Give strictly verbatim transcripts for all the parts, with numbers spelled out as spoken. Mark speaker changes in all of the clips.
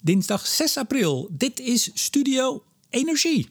Speaker 1: dinsdag zes april. Dit is Studio Energie.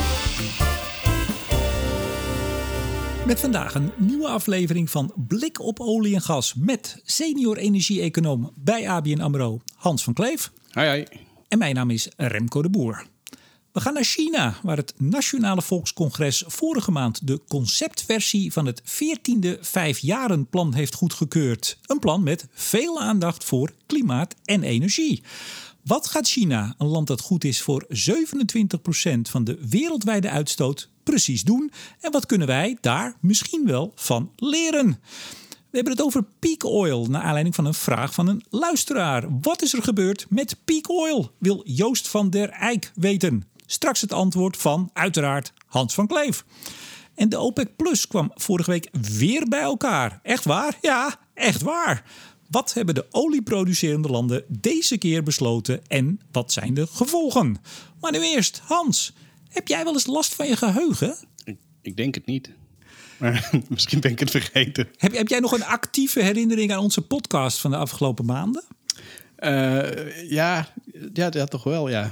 Speaker 1: Met vandaag een nieuwe aflevering van Blik op olie en gas met senior energie-econoom bij A B N AMRO Hans van Kleef.
Speaker 2: Hoi, hoi.
Speaker 1: En mijn naam is Remco de Boer. We gaan naar China, waar het Nationale Volkscongres vorige maand de conceptversie van het veertiende vijfjarenplan heeft goedgekeurd. Een plan met veel aandacht voor klimaat en energie. Wat gaat China, een land dat goed is voor zevenentwintig procent van de wereldwijde uitstoot, precies doen? En wat kunnen wij daar misschien wel van leren? We hebben het over peak oil, naar aanleiding van een vraag van een luisteraar. Wat is er gebeurd met peak oil? Wil Joost van der Eyck weten. Straks het antwoord van, uiteraard, Hans van Kleef. En de OPEC Plus kwam vorige week weer bij elkaar. Echt waar? Ja, echt waar. Wat hebben de olieproducerende landen deze keer besloten en wat zijn de gevolgen? Maar nu eerst, Hans, heb jij wel eens last van je geheugen?
Speaker 2: Ik, ik denk het niet. Maar misschien ben ik het vergeten.
Speaker 1: Heb, heb jij nog een actieve herinnering aan onze podcast van de afgelopen maanden?
Speaker 2: Uh, ja, ja, ja, toch wel, ja.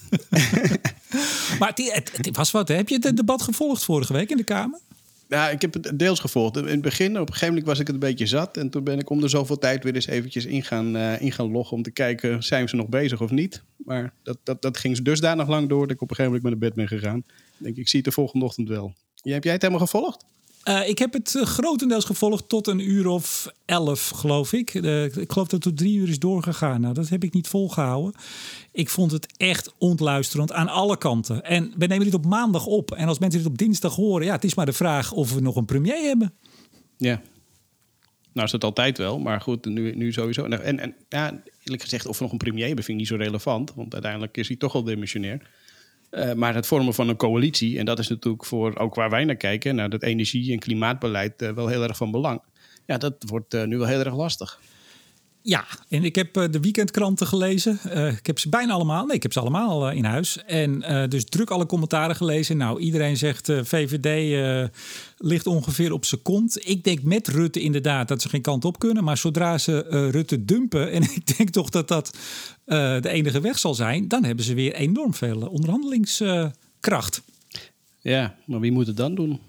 Speaker 1: Maar het, het, het was wat, hè? Heb je het debat gevolgd vorige week in de Kamer?
Speaker 2: Ja, ik heb het deels gevolgd. In het begin, op een gegeven moment was ik het een beetje zat. En toen ben ik om de zoveel tijd weer eens eventjes in gaan, uh, in gaan loggen... om te kijken, zijn ze nog bezig of niet? Maar dat, dat, dat ging dusdanig lang door dat ik op een gegeven moment met naar bed ben gegaan. Ik denk, ik zie het de volgende ochtend wel. Ja, heb jij het helemaal gevolgd?
Speaker 1: Uh, ik heb het uh, grotendeels gevolgd tot een uur of elf, geloof ik. Uh, ik geloof dat het tot drie uur is doorgegaan. Nou, dat heb ik niet volgehouden. Ik vond het echt ontluisterend aan alle kanten. En we nemen dit op maandag op. En als mensen dit op dinsdag horen... ja, het is maar de vraag of we nog een premier hebben.
Speaker 2: Ja. Nou is dat altijd wel. Maar goed, nu, nu sowieso. En, en ja, eerlijk gezegd, of we nog een premier hebben... vind ik niet zo relevant. Want uiteindelijk is hij toch al demissionair. Uh, maar het vormen van een coalitie... en dat is natuurlijk voor ook waar wij naar kijken... naar het energie- en klimaatbeleid uh, wel heel erg van belang. Ja, dat wordt uh, nu wel heel erg lastig.
Speaker 1: Ja, en ik heb uh, de weekendkranten gelezen. Uh, ik heb ze bijna allemaal. Nee, ik heb ze allemaal uh, in huis. En uh, dus druk alle commentaren gelezen. Nou, iedereen zegt uh, V V D uh, ligt ongeveer op zijn kont. Ik denk met Rutte inderdaad dat ze geen kant op kunnen. Maar zodra ze uh, Rutte dumpen... en ik denk toch dat dat uh, de enige weg zal zijn... dan hebben ze weer enorm veel onderhandelingskracht. Uh,
Speaker 2: ja, maar wie moet het dan doen?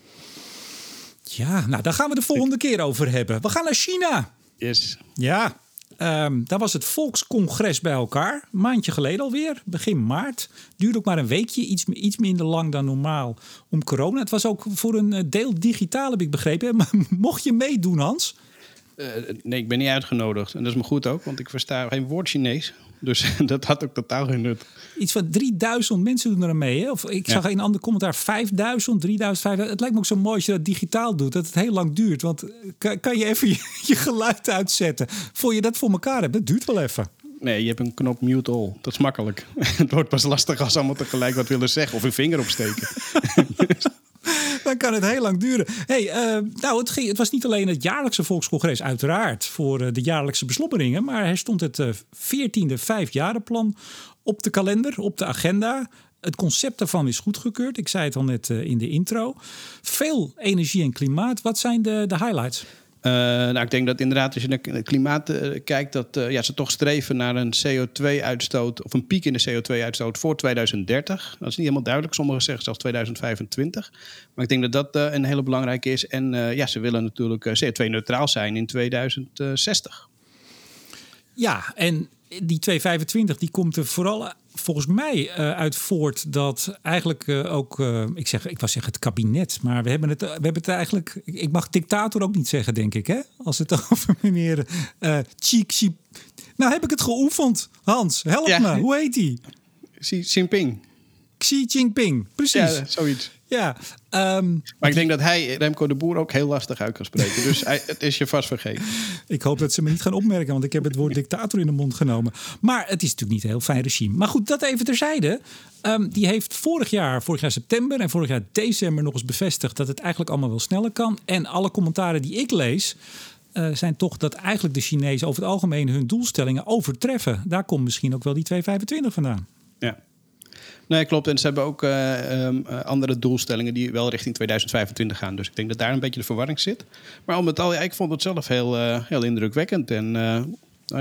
Speaker 1: Ja, nou, daar gaan we de volgende keer over hebben. We gaan naar China.
Speaker 2: Yes.
Speaker 1: Ja, um, daar was het Volkscongres bij elkaar. Een maandje geleden alweer, begin maart. Duurde ook maar een weekje, iets, iets minder lang dan normaal om corona. Het was ook voor een deel digitaal, heb ik begrepen. Maar mocht je meedoen, Hans?
Speaker 2: Uh, nee, ik ben niet uitgenodigd. En dat is me goed ook, want ik versta geen woord Chinees. Dus dat had ook totaal geen nut.
Speaker 1: Iets van drieduizend mensen doen er aan mee. Hè? Of ik ja. zag in een ander commentaar vijfduizend, drieduizend, vijfduizend. Het lijkt me ook zo mooi als je dat digitaal doet. Dat het heel lang duurt. Want kan, kan je even je, je geluid uitzetten? Voor je dat voor elkaar hebt, dat duurt wel even.
Speaker 2: Nee, je hebt een knop mute all. Dat is makkelijk. Het wordt pas lastig als ze allemaal tegelijk wat willen zeggen. Of hun vinger opsteken.
Speaker 1: Dan kan het heel lang duren. Hey, uh, nou, het, ging, het was niet alleen het jaarlijkse Volkscongres, uiteraard, voor uh, de jaarlijkse beslommeringen. Maar er stond het uh, veertiende vijfjarenplan op de kalender, op de agenda. Het concept daarvan is goedgekeurd. Ik zei het al net uh, in de intro. Veel energie en klimaat. Wat zijn de, de highlights?
Speaker 2: Uh, nou, ik denk dat inderdaad als je naar het klimaat uh, kijkt... dat uh, ja, ze toch streven naar een C O twee uitstoot... of een piek in de C O twee uitstoot voor tweeduizend dertig. Dat is niet helemaal duidelijk. Sommigen zeggen zelfs tweeduizend vijfentwintig. Maar ik denk dat dat uh, een hele belangrijke is. En uh, ja, ze willen natuurlijk uh, C O twee neutraal zijn in tweeduizend zestig.
Speaker 1: Ja, en die tweeduizend vijfentwintig die komt er vooral volgens mij uh, uit voort dat eigenlijk uh, ook, uh, ik zeg, ik was zeggen het kabinet, maar we hebben het, we hebben het eigenlijk, ik mag dictator ook niet zeggen, denk ik, hè? Als het over meneer uh, Xi, Xi. Nou heb ik het geoefend, Hans, help ja. me, hoe heet hij?
Speaker 2: Xi Jinping.
Speaker 1: Xi Jinping, precies.
Speaker 2: Ja, zoiets.
Speaker 1: Ja, um,
Speaker 2: maar ik denk dat hij Remco de Boer ook heel lastig uit kan spreken. Dus hij, het is je vast vergeten.
Speaker 1: Ik hoop dat ze me niet gaan opmerken, want ik heb het woord dictator in de mond genomen. Maar het is natuurlijk niet een heel fijn regime. Maar goed, dat even terzijde. Um, die heeft vorig jaar, vorig jaar september en vorig jaar december nog eens bevestigd dat het eigenlijk allemaal wel sneller kan. En alle commentaren die ik lees uh, zijn toch dat eigenlijk de Chinezen over het algemeen hun doelstellingen overtreffen. Daar komt misschien ook wel die tweeduizend vijfentwintig vandaan.
Speaker 2: Ja. Nee, klopt. En ze hebben ook uh, um, andere doelstellingen die wel richting tweeduizend vijfentwintig gaan. Dus ik denk dat daar een beetje de verwarring zit. Maar al met al, ja, ik vond het zelf heel, uh, heel indrukwekkend. En uh, nou ja,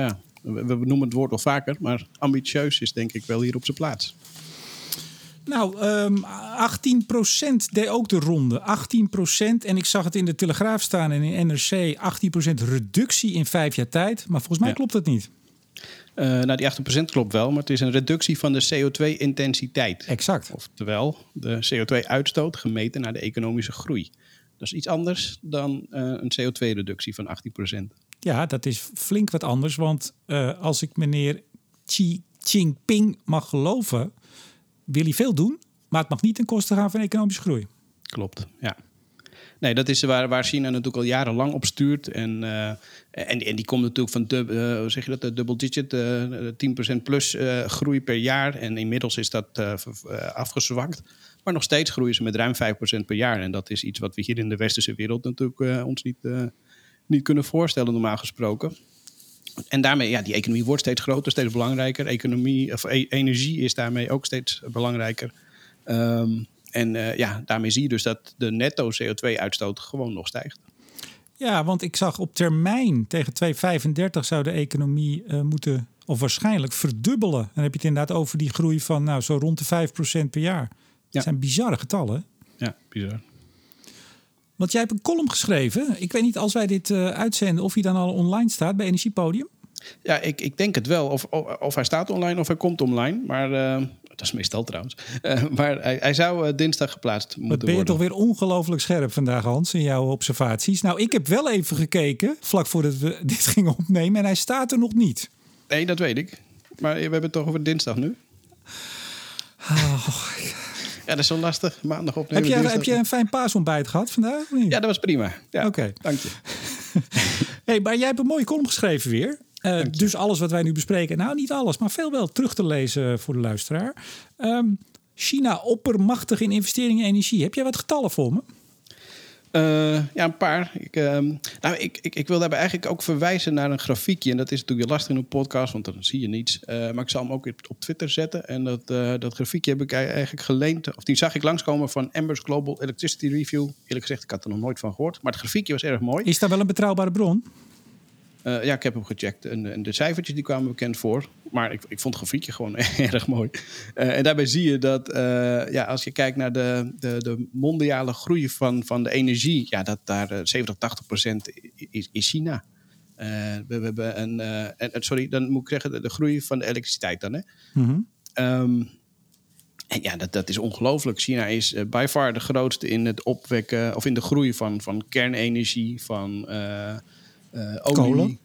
Speaker 2: We, we noemen het woord al vaker, maar ambitieus is denk ik wel hier op zijn plaats.
Speaker 1: Nou, um, achttien procent deed ook de ronde. achttien procent. En ik zag het in de Telegraaf staan en in N R C. achttien procent reductie in vijf jaar tijd. Maar volgens mij ja. klopt dat niet.
Speaker 2: Uh, nou, die achttien procent klopt wel, maar het is een reductie van de C O twee intensiteit.
Speaker 1: Exact.
Speaker 2: Oftewel, de C O twee uitstoot gemeten naar de economische groei. Dat is iets anders dan uh, een C O twee reductie van achttien procent.
Speaker 1: Ja, dat is flink wat anders. Want uh, als ik meneer Xi Jinping mag geloven, wil hij veel doen, maar het mag niet ten koste gaan van economische groei.
Speaker 2: Klopt, ja. Nee, dat is waar, waar China natuurlijk al jarenlang op stuurt. En, uh, en, en die komt natuurlijk van dub, uh, hoe zeg je dat, de double digit, uh, tien procent plus uh, groei per jaar. En inmiddels is dat uh, afgezwakt. Maar nog steeds groeien ze met ruim vijf procent per jaar. En dat is iets wat we hier in de westerse wereld natuurlijk uh, ons niet, uh, niet kunnen voorstellen, normaal gesproken. En daarmee, ja, die economie wordt steeds groter, steeds belangrijker. Economie, of e- energie is daarmee ook steeds belangrijker. Um, en uh, ja, daarmee zie je dus dat de netto C O twee uitstoot gewoon nog stijgt.
Speaker 1: Ja, want ik zag op termijn tegen tweeduizend vijfendertig zou de economie uh, moeten, of waarschijnlijk verdubbelen. Dan heb je het inderdaad over die groei van nou, zo rond de vijf procent per jaar. Dat ja. zijn bizarre getallen.
Speaker 2: Ja, bizar.
Speaker 1: Want jij hebt een column geschreven. Ik weet niet, als wij dit uh, uitzenden, of hij dan al online staat bij Energiepodium?
Speaker 2: Ja, ik, ik denk het wel. Of, of, of hij staat online of hij komt online. Maar uh, dat is meestal trouwens. Uh, maar hij, hij zou uh, dinsdag geplaatst moeten worden.
Speaker 1: Ben je toch weer ongelooflijk scherp vandaag, Hans, in jouw observaties? Nou, ik heb wel even gekeken, vlak voordat we dit gingen opnemen. En hij staat er nog niet.
Speaker 2: Nee, dat weet ik. Maar we hebben het toch over dinsdag nu?
Speaker 1: Oh,
Speaker 2: ja, dat is zo lastig. Maandag opnemen.
Speaker 1: Heb je, heb je een fijn paasontbijt gehad vandaag?
Speaker 2: Ja, dat was prima. Ja,
Speaker 1: Oké. Okay.
Speaker 2: Dank je.
Speaker 1: Hey, maar jij hebt een mooie column geschreven weer. Uh, dus alles wat wij nu bespreken, nou niet alles, maar veel wel terug te lezen voor de luisteraar. Um, China oppermachtig in investeringen in energie. Heb jij wat getallen voor me?
Speaker 2: Uh, ja, een paar. Ik, uh, nou, ik, ik, ik wil daarbij eigenlijk ook verwijzen naar een grafiekje. En dat is natuurlijk lastig in een podcast, want dan zie je niets. Uh, maar ik zal hem ook op Twitter zetten. En dat, uh, dat grafiekje heb ik eigenlijk geleend. Of die zag ik langskomen van Embers Global Electricity Review. Eerlijk gezegd, ik had er nog nooit van gehoord. Maar het grafiekje was erg mooi.
Speaker 1: Is dat wel een betrouwbare bron?
Speaker 2: Uh, ja, ik heb hem gecheckt. En, en de cijfertjes die kwamen bekend voor. Maar ik, ik vond het grafiekje gewoon erg mooi. Uh, en daarbij zie je dat uh, ja, als je kijkt naar de, de, de mondiale groei van, van de energie, ja, dat daar uh, zeventig, tachtig procent is, is China. Uh, we, we hebben een, uh, en, sorry, dan moet ik zeggen de, de groei van de elektriciteit dan. Hè?
Speaker 1: Mm-hmm.
Speaker 2: Um, en ja, dat, dat is ongelooflijk. China is uh, by far de grootste in het opwekken of in de groei van, van kernenergie, van uh, Uh, olie.
Speaker 1: Kolen?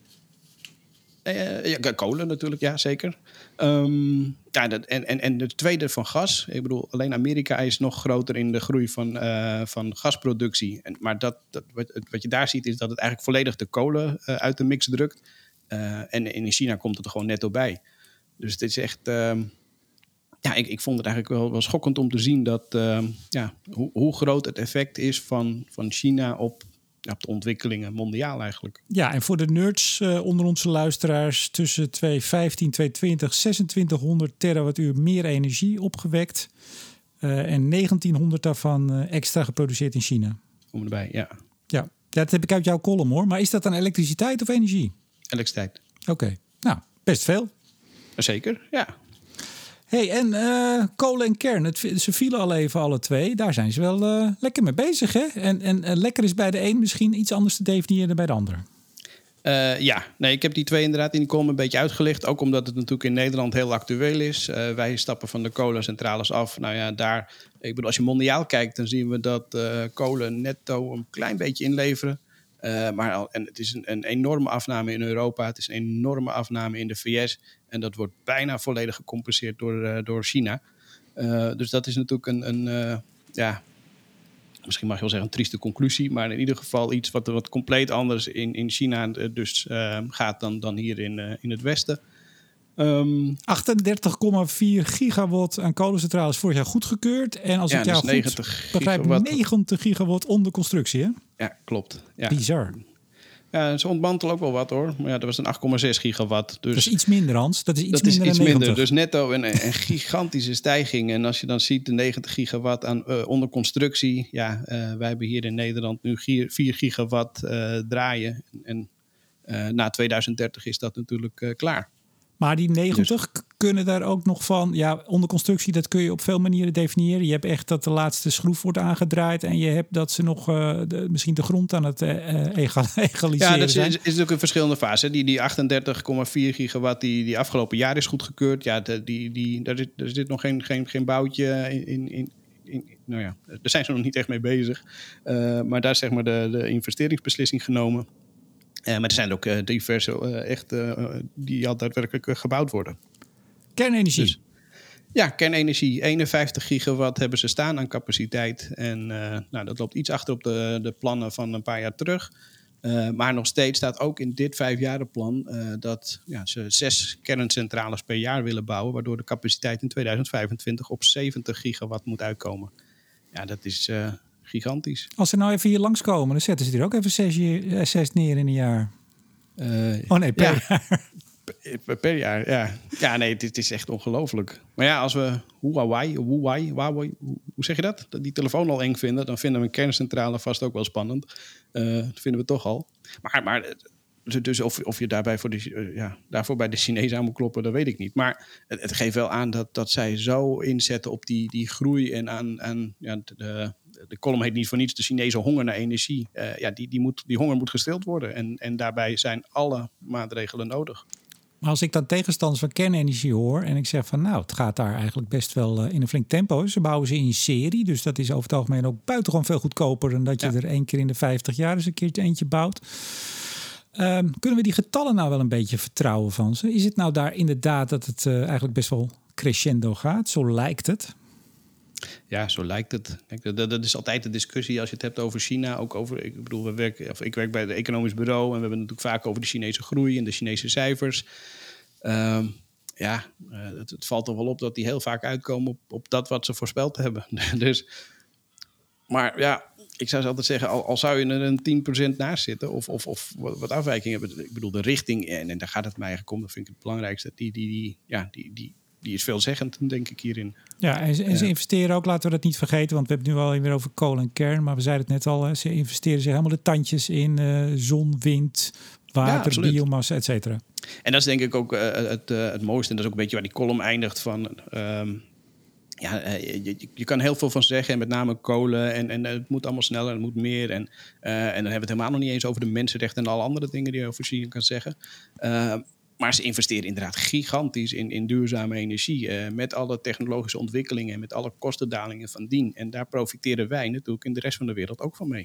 Speaker 2: Uh, ja, kolen natuurlijk, ja, zeker. Um, ja, dat, en, en, en de tweede van gas. Ik bedoel, alleen Amerika is nog groter in de groei van, uh, van gasproductie. En, maar dat, dat, wat, wat je daar ziet is dat het eigenlijk volledig de kolen uh, uit de mix drukt. Uh, en, en in China komt het er gewoon netto bij. Dus het is echt... Uh, ja, ik, ik vond het eigenlijk wel, wel schokkend om te zien dat, uh, ja, hoe, hoe groot het effect is van, van China op... Ja, op de ontwikkelingen mondiaal eigenlijk.
Speaker 1: Ja, en voor de nerds uh, onder onze luisteraars, tussen tweeduizend vijftien en tweeduizend twintig zesentwintighonderd terawattuur meer energie opgewekt. Uh, en negentienhonderd daarvan uh, extra geproduceerd in China.
Speaker 2: Kom erbij, ja.
Speaker 1: Ja, dat heb ik uit jouw column hoor. Maar is dat dan elektriciteit of energie?
Speaker 2: Elektriciteit.
Speaker 1: Oké, okay. Nou, best veel.
Speaker 2: Zeker, ja.
Speaker 1: Hey, en uh, kolen en kern, het, ze vielen al even alle twee. Daar zijn ze wel uh, lekker mee bezig, hè? En, en uh, lekker is bij de een misschien iets anders te definiëren dan bij de ander.
Speaker 2: Uh, ja, nee, ik heb die twee inderdaad in die column een beetje uitgelicht. Ook omdat het natuurlijk in Nederland heel actueel is. Uh, wij stappen van de kolencentrales af. Nou ja, daar, ik bedoel, als je mondiaal kijkt, dan zien we dat uh, kolen netto een klein beetje inleveren. Uh, maar al, en het is een, een enorme afname in Europa. Het is een enorme afname in de V S. En dat wordt bijna volledig gecompenseerd door, uh, door China. Uh, dus dat is natuurlijk een, een uh, ja, misschien mag je wel zeggen een trieste conclusie. Maar in ieder geval iets wat, wat compleet anders in, in China dus uh, gaat dan, dan hier in, uh, in het Westen. Um,
Speaker 1: achtendertig komma vier gigawatt aan kolencentrales vorig jaar goedgekeurd. En als
Speaker 2: ja,
Speaker 1: ik jou
Speaker 2: dus
Speaker 1: goed begrijp, negentig gigawatt onder constructie, hè?
Speaker 2: Ja, klopt. Ja.
Speaker 1: Bizar.
Speaker 2: Ja, ze ontmantelen ook wel wat hoor. Maar ja, dat was een acht komma zes gigawatt. Dus
Speaker 1: dat is iets minder, Hans. Dat is iets
Speaker 2: dat
Speaker 1: minder
Speaker 2: is iets
Speaker 1: dan negentig.
Speaker 2: minder. Dus netto een, een gigantische stijging. En als je dan ziet de negentig gigawatt aan, uh, onder constructie. Ja, uh, wij hebben hier in Nederland nu vier gigawatt uh, draaien. En Uh, na tweeduizend dertig is dat natuurlijk uh, klaar.
Speaker 1: Maar die negentig dus kunnen daar ook nog van... Ja, onder constructie, dat kun je op veel manieren definiëren. Je hebt echt dat de laatste schroef wordt aangedraaid... en je hebt dat ze nog uh, de, misschien de grond aan het uh, egaliseren
Speaker 2: Ja, dat is,
Speaker 1: zijn.
Speaker 2: is, is natuurlijk een verschillende fase. Die, die achtendertig komma vier gigawatt die, die afgelopen jaar is goedgekeurd... Ja, de, die, die, daar, zit, daar zit nog geen, geen, geen boutje in... in, in In, nou ja, daar zijn ze nog niet echt mee bezig. Uh, maar daar is zeg maar de, de investeringsbeslissing genomen. Uh, maar er zijn ook uh, diverse uh, echt uh, die al daadwerkelijk uh, gebouwd worden.
Speaker 1: Kernenergie? Dus,
Speaker 2: ja, kernenergie. eenenvijftig gigawatt hebben ze staan aan capaciteit. En uh, nou, dat loopt iets achter op de, de plannen van een paar jaar terug. Uh, maar nog steeds staat ook in dit vijfjarenplan uh, dat ja, ze zes kerncentrales per jaar willen bouwen, waardoor de capaciteit in tweeduizend vijfentwintig op zeventig gigawatt moet uitkomen. Ja, dat is uh, gigantisch.
Speaker 1: Als ze nou even hier langskomen, dan zetten ze er ook even zes, zes neer in een jaar.
Speaker 2: Uh,
Speaker 1: oh nee, per
Speaker 2: ja.
Speaker 1: jaar.
Speaker 2: Per, per jaar, ja. Ja, nee, het, het is echt ongelooflijk. Maar ja, als we Huawei, Huawei, Huawei, hoe zeg je dat? Die telefoon al eng vinden, dan vinden we een kerncentrale vast ook wel spannend. Uh, dat vinden we toch al. Maar, maar dus of, of je daarbij voor de, uh, ja, daarvoor bij de Chinezen aan moet kloppen, dat weet ik niet. Maar het, het geeft wel aan dat, dat zij zo inzetten op die, die groei en aan, aan ja, de, de column heet niet voor niets de Chinese honger naar energie. Uh, ja, die, die, moet, die honger moet gestild worden. En, en daarbij zijn alle maatregelen nodig.
Speaker 1: Maar als ik dan tegenstanders van kernenergie hoor en ik zeg van nou, het gaat daar eigenlijk best wel uh, in een flink tempo. Ze bouwen ze in serie, dus dat is over het algemeen ook buitengewoon veel goedkoper dan dat je ja. er één keer in de vijftig jaar eens een keertje eentje bouwt. Um, kunnen we die getallen nou wel een beetje vertrouwen van ze? Is het nou daar inderdaad dat het uh, eigenlijk best wel crescendo gaat? Zo lijkt het.
Speaker 2: Ja, zo lijkt het. Kijk, dat, dat is altijd de discussie als je het hebt over China. Ook over, ik bedoel, we werken, of ik werk bij het Economisch Bureau en we hebben het natuurlijk vaak over de Chinese groei en de Chinese cijfers. Um, ja, uh, het, het valt er wel op dat die heel vaak uitkomen op, op dat wat ze voorspeld hebben. dus, maar ja, ik zou altijd zeggen, al, al zou je er een tien procent naast zitten of, of, of wat afwijkingen hebben. Ik bedoel, de richting, en, en daar gaat het mij eigenlijk om, dat vind ik het belangrijkste. Die, die, die, ja, die, die, die is veelzeggend, denk ik, hierin.
Speaker 1: Ja, en ze, en ze investeren ook, laten we dat niet vergeten, want we hebben het nu al weer over kolen en kern, maar we zeiden het net al, ze investeren zich helemaal de tandjes in uh, zon, wind, water, ja, biomassa, et cetera.
Speaker 2: En dat is denk ik ook uh, het, uh, het mooiste, en dat is ook een beetje waar die column eindigt van... Um, ja, uh, je, je kan heel veel van zeggen, en met name kolen, en, en uh, het moet allemaal sneller, het moet meer. En, uh, en dan hebben we het helemaal nog niet eens over de mensenrechten en alle andere dingen die je over China kan zeggen. Uh, Maar ze investeren inderdaad gigantisch in, in duurzame energie. Uh, met alle technologische ontwikkelingen en met alle kostendalingen van dien. En daar profiteren wij natuurlijk in de rest van de wereld ook van mee.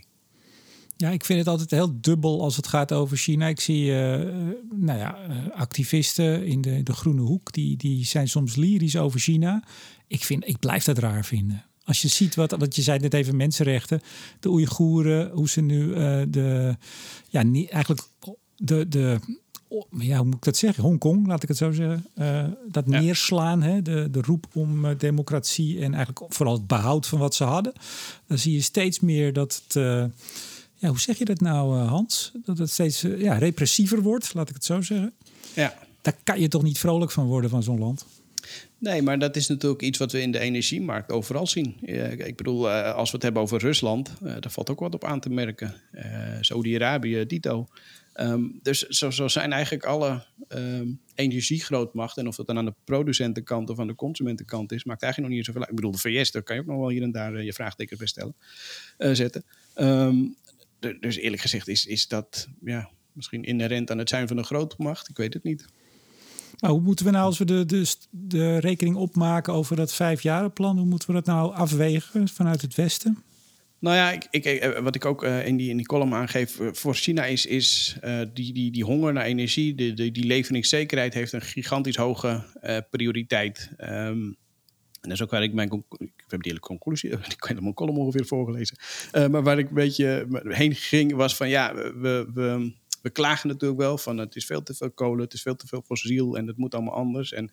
Speaker 1: Ja, ik vind het altijd heel dubbel als het gaat over China. Ik zie uh, nou ja, activisten in de, de groene hoek. Die, die zijn soms lyrisch over China. Ik, vind, ik blijf dat raar vinden. Als je ziet wat, wat je zei net even, mensenrechten. De Oeigoeren, hoe ze nu uh, de... Ja, niet, eigenlijk de... de ja, hoe moet ik dat zeggen? Hongkong, laat ik het zo zeggen. Uh, dat ja. neerslaan, hè? De, de roep om uh, democratie en eigenlijk vooral het behoud van wat ze hadden. Dan zie je steeds meer dat het... Uh, ja, hoe zeg je dat nou, uh, Hans? Dat het steeds uh, ja, repressiever wordt, laat ik het zo zeggen.
Speaker 2: Ja.
Speaker 1: Daar kan je toch niet vrolijk van worden van zo'n land?
Speaker 2: Nee, maar dat is natuurlijk iets wat we in de energiemarkt overal zien. Uh, ik bedoel, uh, als we het hebben over Rusland, uh, daar valt ook wat op aan te merken. Uh, Saudi-Arabië, dito. Um, dus zo, zo zijn eigenlijk alle um, energiegrootmachten, en of dat dan aan de producentenkant of aan de consumentenkant is, maakt eigenlijk nog niet zoveel uit. Ik bedoel, de V S, daar kan je ook nog wel hier en daar uh, je vraagtekens bij stellen, uh, zetten. Um, d- dus eerlijk gezegd is, is dat ja, misschien inherent aan het zijn van een grootmacht. Ik weet het niet.
Speaker 1: Maar hoe moeten we nou, als we de, de, de rekening opmaken over dat vijfjarenplan, hoe moeten we dat nou afwegen vanuit het Westen?
Speaker 2: Nou ja, ik, ik, wat ik ook uh, in, die, in die column aangeef, uh, voor China is, is uh, die, die, die honger naar energie, de, de, die leveringszekerheid heeft een gigantisch hoge uh, prioriteit. Um, en dat is ook waar ik mijn conclusie, ik heb die hele conclusie, ik heb mijn column ongeveer voorgelezen, uh, maar waar ik een beetje heen ging was van ja, we, we, we klagen natuurlijk wel van het is veel te veel kolen, het is veel te veel fossiel en het moet allemaal anders. En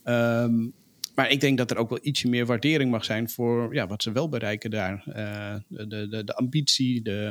Speaker 2: um, Maar ik denk dat er ook wel ietsje meer waardering mag zijn voor ja, wat ze wel bereiken daar. Uh, de, de, de ambitie, de,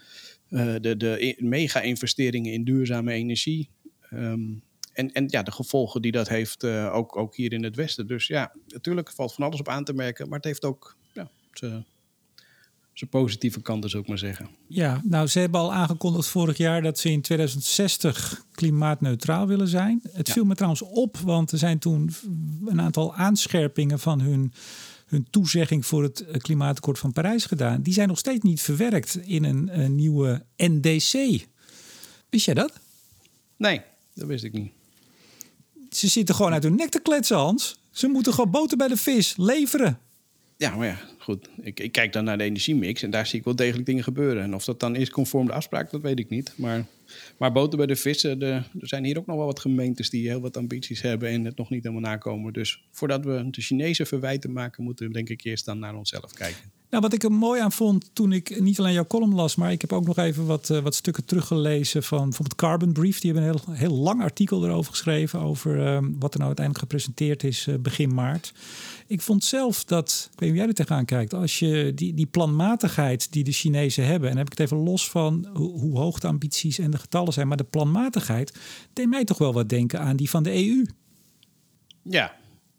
Speaker 2: uh, de, de mega-investeringen in duurzame energie. Um, en, en ja, de gevolgen die dat heeft uh, ook, ook hier in het Westen. Dus ja, natuurlijk valt van alles op aan te merken. Maar het heeft ook ja, zijn positieve kanten, zou ik maar zeggen.
Speaker 1: Ja, nou, ze hebben al aangekondigd vorig jaar dat ze in tweeduizend zestig klimaatneutraal willen zijn. Het ja. viel me trouwens op, want er zijn toen een aantal aanscherpingen van hun, hun toezegging voor het klimaatakkoord van Parijs gedaan. Die zijn nog steeds niet verwerkt in een, een nieuwe N D C. Wist jij dat?
Speaker 2: Nee, dat wist ik niet.
Speaker 1: Ze zitten gewoon uit hun nek te kletsen, Hans. Ze moeten gewoon boter bij de vis leveren.
Speaker 2: Ja, maar ja, goed. Ik, ik kijk dan naar de energiemix en daar zie ik wel degelijk dingen gebeuren. En of dat dan is conform de afspraak, dat weet ik niet. Maar, maar boter bij de vis, de, er zijn hier ook nog wel wat gemeentes die heel wat ambities hebben en het nog niet helemaal nakomen. Dus voordat we de Chinezen verwijten maken, moeten we denk ik eerst dan naar onszelf kijken.
Speaker 1: Nou, wat ik er mooi aan vond toen ik niet alleen jouw column las, maar ik heb ook nog even wat, uh, wat stukken teruggelezen van bijvoorbeeld Carbon Brief. Die hebben een heel, heel lang artikel erover geschreven over uh, wat er nou uiteindelijk gepresenteerd is uh, begin maart. Ik vond zelf dat, ik weet niet hoe jij er tegenaan kijkt, als je die, die planmatigheid die de Chinezen hebben, en dan heb ik het even los van hoe, hoe hoog de ambities en de getallen zijn, maar de planmatigheid deed mij toch wel wat denken aan die van de E U.
Speaker 2: Ja,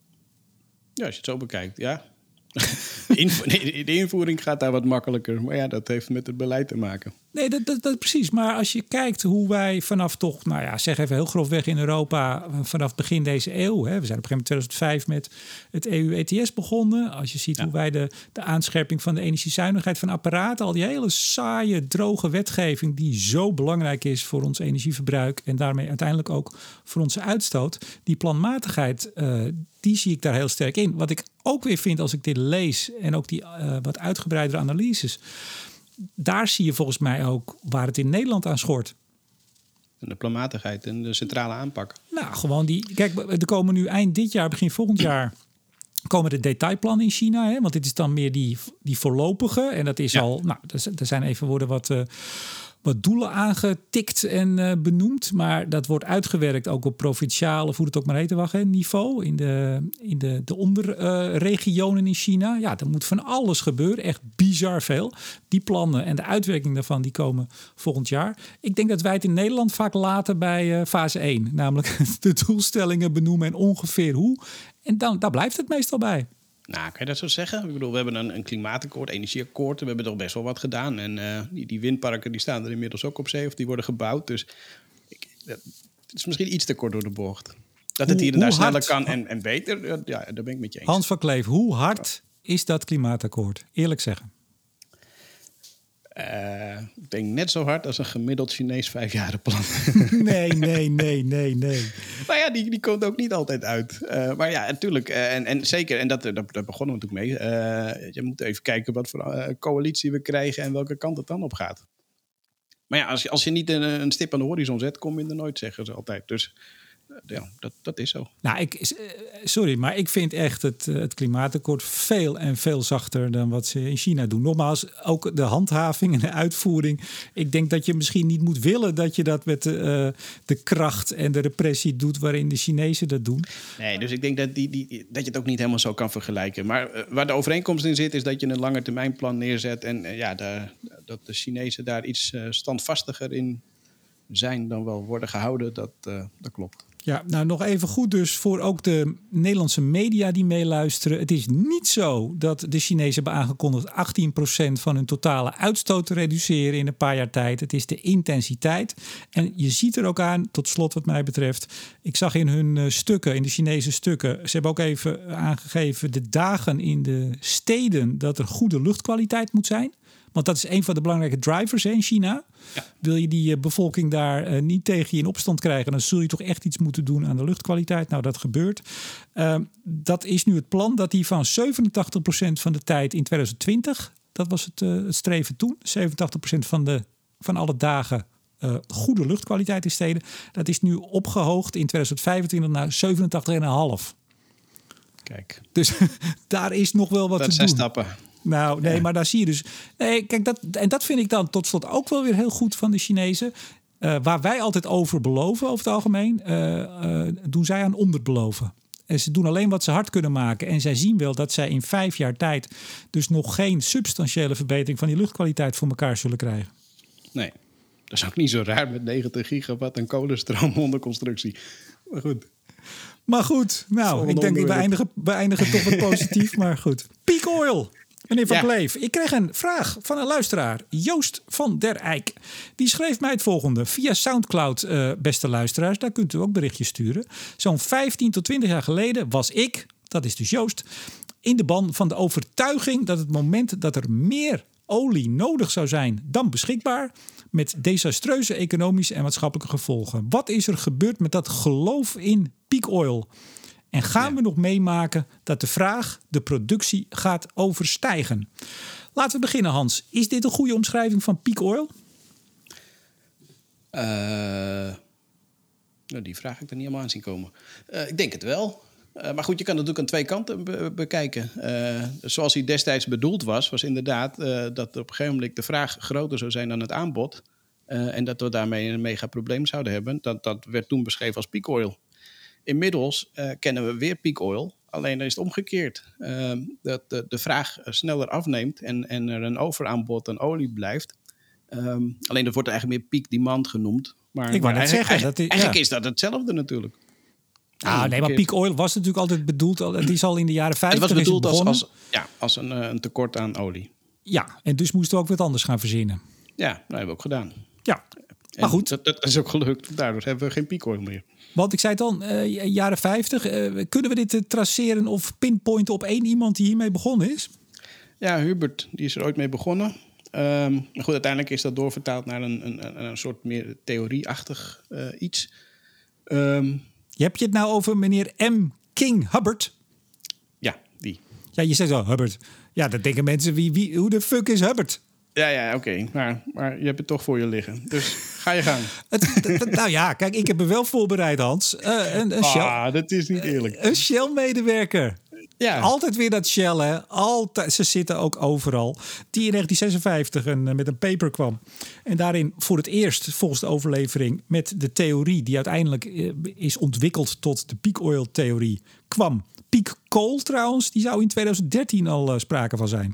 Speaker 2: ja als je het zo bekijkt, ja. De, invo- nee, de invoering gaat daar wat makkelijker. Maar ja, dat heeft met het beleid te maken.
Speaker 1: Nee, dat, dat, dat precies. Maar als je kijkt hoe wij vanaf toch, nou ja, zeg even heel grofweg in Europa, vanaf begin deze eeuw, hè, we zijn op een gegeven moment tweeduizend vijf met het E U E T S begonnen. Als je ziet ja. hoe wij de, de aanscherping van de energiezuinigheid van apparaten, al die hele saaie, droge wetgeving die zo belangrijk is voor ons energieverbruik en daarmee uiteindelijk ook voor onze uitstoot, die planmatigheid, uh, die zie ik daar heel sterk in. Wat ik ook weer vind als ik dit lees en ook die uh, wat uitgebreidere analyses, daar zie je volgens mij ook waar het in Nederland aan schort.
Speaker 2: De planmatigheid en de centrale aanpak.
Speaker 1: Nou, gewoon die. Kijk, er komen nu eind dit jaar, begin volgend jaar, komen de detailplannen in China. Hè? Want dit is dan meer die, die voorlopige. En dat is ja. al. Nou, er zijn even worden wat. Uh, wat doelen aangetikt en uh, benoemd. Maar dat wordt uitgewerkt ook op provinciale, of hoe het ook maar heet, wacht, niveau. In de, in de, de onderregionen uh, in China. Ja, er moet van alles gebeuren. Echt bizar veel. Die plannen en de uitwerking daarvan, die komen volgend jaar. Ik denk dat wij het in Nederland vaak laten bij uh, fase één. Namelijk de doelstellingen benoemen en ongeveer hoe. En dan, daar blijft het meestal bij.
Speaker 2: Nou, kan je dat zo zeggen? Ik bedoel, we hebben een, een klimaatakkoord, energieakkoord. We hebben toch best wel wat gedaan. En uh, die, die windparken die staan er inmiddels ook op zee of die worden gebouwd. Dus ik, dat, het is misschien iets te kort door de bocht. Dat het hier en daar sneller kan en, en beter, ja, daar ben ik met je eens.
Speaker 1: Hans van Kleef, hoe hard is dat klimaatakkoord? Eerlijk zeggen.
Speaker 2: Uh, ik denk net zo hard als een gemiddeld Chinees vijfjarenplan.
Speaker 1: Nee, nee, nee, nee, nee.
Speaker 2: Nou ja, die, die komt ook niet altijd uit. Uh, maar ja, natuurlijk. Uh, en, en zeker, en dat, dat, daar begonnen we natuurlijk mee. Uh, je moet even kijken wat voor uh, coalitie we krijgen en welke kant het dan op gaat. Maar ja, als je, als je niet een, een stip aan de horizon zet, kom je er nooit, zeggen ze altijd. Dus ja, dat, dat is zo.
Speaker 1: Nou, ik, sorry, maar ik vind echt het, het klimaatakkoord veel en veel zachter dan wat ze in China doen. Nogmaals, ook de handhaving en de uitvoering. Ik denk dat je misschien niet moet willen dat je dat met de, uh, de kracht en de repressie doet waarin de Chinezen dat doen.
Speaker 2: Nee, dus ik denk dat, die, die, dat je het ook niet helemaal zo kan vergelijken. Maar uh, waar de overeenkomst in zit, is dat je een langetermijnplan neerzet. En uh, ja, de, dat de Chinezen daar iets uh, standvastiger in zijn dan wel worden gehouden, dat, uh, dat klopt.
Speaker 1: Ja, nou nog even goed dus voor ook de Nederlandse media die meeluisteren. Het is niet zo dat de Chinezen hebben aangekondigd achttien procent van hun totale uitstoot te reduceren in een paar jaar tijd. Het is de intensiteit. En je ziet er ook aan, tot slot wat mij betreft, ik zag in hun uh, stukken, in de Chinese stukken, ze hebben ook even aangegeven de dagen in de steden dat er goede luchtkwaliteit moet zijn. Want dat is een van de belangrijke drivers hè, in China. Ja. Wil je die uh, bevolking daar uh, niet tegen je in opstand krijgen, dan zul je toch echt iets moeten doen aan de luchtkwaliteit. Nou, dat gebeurt. Uh, dat is nu het plan dat die van zevenentachtig procent van de tijd in tweeduizend twintig, dat was het, uh, het streven toen, zevenentachtig procent van, de, van alle dagen uh, goede luchtkwaliteit in steden. Dat is nu opgehoogd in tweeduizend vijfentwintig naar zevenentachtig komma vijf.
Speaker 2: Kijk.
Speaker 1: Dus daar is nog wel wat
Speaker 2: dat
Speaker 1: te
Speaker 2: zijn
Speaker 1: doen.
Speaker 2: Stappen.
Speaker 1: Nou, nee, ja. maar daar zie je dus. Nee, kijk, dat, en dat vind ik dan tot slot ook wel weer heel goed van de Chinezen. Uh, waar wij altijd over beloven, over het algemeen, uh, uh, doen zij aan onderbeloven. En ze doen alleen wat ze hard kunnen maken. En zij zien wel dat zij in vijf jaar tijd dus nog geen substantiële verbetering van die luchtkwaliteit voor elkaar zullen krijgen.
Speaker 2: Nee, dat is ook niet zo raar met negentig gigawatt en kolenstroom onder constructie. Maar goed.
Speaker 1: Maar goed, nou, Volgende ik denk dat we eindigen, we eindigen toch wat positief, maar goed. Peak oil. Meneer Van
Speaker 2: Ja.
Speaker 1: Kleef, ik kreeg een vraag van een luisteraar, Joost van der Eyck. Die schreef mij het volgende. Via Soundcloud, uh, beste luisteraars, daar kunt u ook berichtjes sturen. Zo'n vijftien tot twintig jaar geleden was ik, dat is dus Joost, in de ban van de overtuiging dat het moment dat er meer olie nodig zou zijn dan beschikbaar, met desastreuze economische en maatschappelijke gevolgen. Wat is er gebeurd met dat geloof in peak oil? En gaan ja. we nog meemaken dat de vraag de productie gaat overstijgen? Laten we beginnen, Hans. Is dit een goede omschrijving van peak oil?
Speaker 2: Uh, nou, die vraag heb ik er niet helemaal aan zien komen. Uh, ik denk het wel. Uh, maar goed, je kan het natuurlijk aan twee kanten be- bekijken. Uh, zoals hij destijds bedoeld was, was inderdaad uh, dat er op een gegeven moment de vraag groter zou zijn dan het aanbod. Uh, en dat we daarmee een mega probleem zouden hebben. Dat, dat werd toen beschreven als peak oil. Inmiddels uh, kennen we weer peak oil, alleen dan is het omgekeerd. Uh, dat de, de vraag sneller afneemt en, en er een overaanbod aan olie blijft. Um, alleen dat wordt eigenlijk meer peak demand genoemd. Maar,
Speaker 1: Ik wou
Speaker 2: maar
Speaker 1: net
Speaker 2: eigenlijk,
Speaker 1: zeggen.
Speaker 2: eigenlijk,
Speaker 1: dat is,
Speaker 2: eigenlijk
Speaker 1: ja.
Speaker 2: is dat hetzelfde natuurlijk.
Speaker 1: Ah, nee, maar peak oil was natuurlijk altijd bedoeld. Het is al in de jaren vijftig.
Speaker 2: Het was bedoeld als, als, ja, als een, een tekort aan olie.
Speaker 1: Ja, en dus moesten we ook wat anders gaan verzinnen.
Speaker 2: Ja, dat hebben we ook gedaan.
Speaker 1: Ja, maar en goed.
Speaker 2: Dat, dat is ook gelukt. Daardoor hebben we geen peak oil meer.
Speaker 1: Want ik zei het al, uh, jaren vijftig. Uh, kunnen we dit uh, traceren of pinpointen op één iemand die hiermee begonnen is?
Speaker 2: Ja, Hubert, die is er ooit mee begonnen. Um, maar goed, uiteindelijk is dat doorvertaald naar een, een, een soort meer theorieachtig uh, iets. Um,
Speaker 1: je hebt je het nou over meneer M. King Hubbard?
Speaker 2: Ja, die.
Speaker 1: Ja, je zegt zo, Hubbard. Ja, dat denken mensen, wie, wie, hoe de fuck is Hubbard?
Speaker 2: Ja, ja, oké. Okay. Maar, maar je hebt het toch voor je liggen. Dus ga je gang.
Speaker 1: het, het, nou ja, kijk, ik heb me wel voorbereid, Hans. Uh, een, een
Speaker 2: ah,
Speaker 1: Shell,
Speaker 2: dat is niet eerlijk.
Speaker 1: Een Shell-medewerker. Ja. Altijd weer dat Shell, hè. Altijd, ze zitten ook overal. Die in negentien zesenvijftig een, met een paper kwam. En daarin voor het eerst, volgens de overlevering, met de theorie die uiteindelijk uh, is ontwikkeld tot de peak oil theorie, kwam. Peak coal trouwens, die zou in twintig dertien al uh, sprake van zijn.